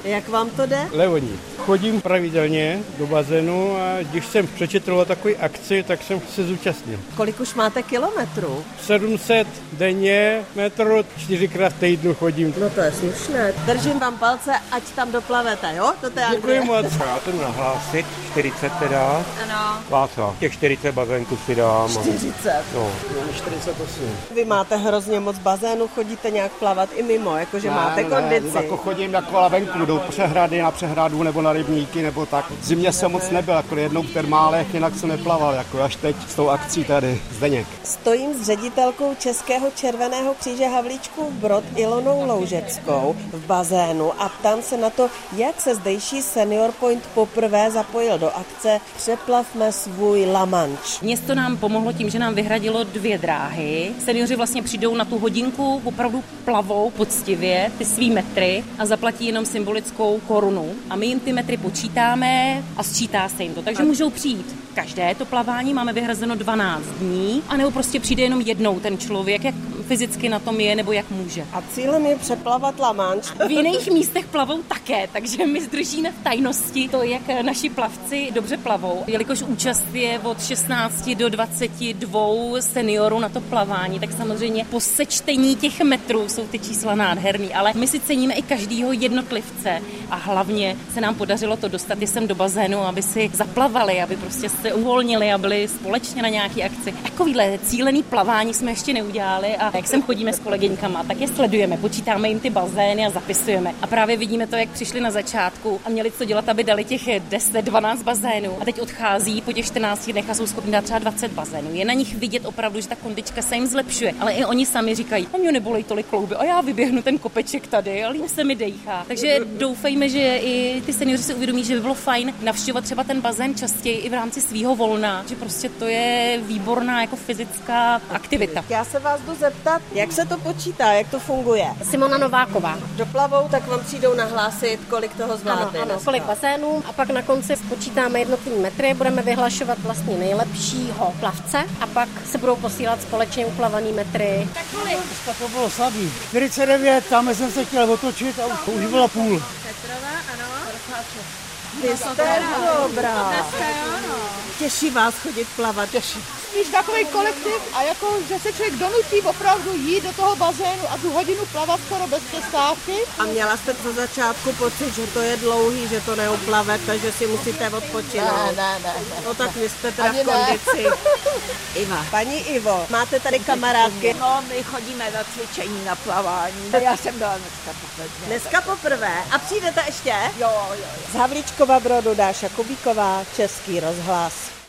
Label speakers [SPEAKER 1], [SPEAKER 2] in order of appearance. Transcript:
[SPEAKER 1] Jak vám to jde?
[SPEAKER 2] Leoní. Chodím pravidelně do bazénu a když jsem přečetl o takové akci, tak jsem se zúčastnil.
[SPEAKER 1] Kolik už máte kilometrů?
[SPEAKER 2] 700 denně, metr, 4krát v týdnu chodím.
[SPEAKER 1] No to je slušné. Držím vám palce, ať tam doplavete, jo? Do té
[SPEAKER 2] Děkuji moc.
[SPEAKER 3] Já jsem nahlásit, 40 teda.
[SPEAKER 1] Ano.
[SPEAKER 3] Václav. Těch 40 bazénků si dám.
[SPEAKER 1] 40.
[SPEAKER 3] No.
[SPEAKER 2] 48.
[SPEAKER 1] Vy máte hrozně moc bazénu, chodíte nějak plavat i mimo, jakože máte kondici.
[SPEAKER 4] Jako chodím jako venku do přehrady, na přehradu nebo na rybníky nebo tak. V zimě jsem moc nebyl, jako jednou v termálech, jinak jsem neplaval, jako až teď s tou akcí tady, Zdeněk.
[SPEAKER 1] Stojím s ředitelkou Českého červeného kříže Havlíčkův Brod Ilonou Loužeckou v bazénu a ptám se na to, jak se zdejší Senior Point poprvé zapojil do akce Přeplavme svůj La Manche.
[SPEAKER 5] Město nám pomohlo tím, že nám vyhradilo 2 dráhy. Seniori vlastně přijdou na tu hodinku, opravdu plavou poctivě ty svý metry a zaplatí jenom symbolickou korunu. A my jim ty metry počítáme a sčítá se jim to. Takže můžou přijít každé to plavání, máme vyhrazeno 12 dní, anebo prostě přijde jenom jednou ten člověk, jak fyzicky na tom je nebo jak může.
[SPEAKER 1] A cílem je přeplavat La Manche.
[SPEAKER 5] V jiných místech plavou také, takže my zdržíme v tajnosti to, jak naši plavci dobře plavou. Jelikož účast je od 16 do 22 seniorů na to plavání, tak samozřejmě po sečtení těch metrů jsou ty čísla nádherný, ale my si ceníme i každýho jednotlivce a hlavně se nám podařilo to dostat i sem do bazénu, aby si zaplavali, aby prostě se uvolnili a byli společně na nějaký akci. Takovýhle cílený plavání jsme ještě neudělali a jak sem chodíme s kolegyňkama, tak je sledujeme, počítáme jim ty bazény a zapisujeme. A právě vidíme to, jak přišli na začátku a měli co dělat, aby dali těch 10-12 bazénů. A teď odchází po těch 14 dnech a jsou schopni dát třeba 20 bazénů. Je na nich vidět opravdu, že ta kondička se jim zlepšuje. Ale i oni sami říkají, a mě nebolej tolik klouby a já vyběhnu ten kopeček tady, ale líp se mi dejchá. Takže doufejme, že i ty seniori si uvědomí, že by bylo fajn navštěvovat třeba ten bazén častěji i v rámci svého volna, že prostě to je výborná jako fyzická aktivita.
[SPEAKER 1] Já se vás jdu zeptat, jak se to počítá, jak to funguje.
[SPEAKER 6] Simona Nováková.
[SPEAKER 1] Doplavou, tak vám přijdou nahlásit, kolik toho zvládne.
[SPEAKER 6] Ano, kolik bazénů a pak na konci spočítáme jednotlivé metry, budeme vyhlašovat vlastně nejlepšího plavce a pak se budou posílat společně uplavaný metry.
[SPEAKER 7] Tak to bylo slabý. 49, tam jsem se chtěl otočit a už bylo půl.
[SPEAKER 6] Petrova, ano.
[SPEAKER 1] Vy jste dobrá. Těší vás chodit plavat?
[SPEAKER 8] Těší. Spíš takový kolektiv a jako, že se člověk donutí opravdu jít do toho bazénu a tu hodinu plavat skoro bez přestávky.
[SPEAKER 1] A měla jste za začátku pocit, že to je dlouhý, že to neuplavete, že si musíte odpočinout?
[SPEAKER 8] Ne.
[SPEAKER 1] No tak vy jste teda v kondici. Iva. Paní Ivo, máte tady kamarádky?
[SPEAKER 9] No, my chodíme na cvičení, na plavání. Já jsem byla dneska poprvé.
[SPEAKER 1] Dneska poprvé. A přijdete ještě?
[SPEAKER 9] Jo.
[SPEAKER 1] Z Havlíčkova Brodu Dáša Kubíková, Český rozhlas.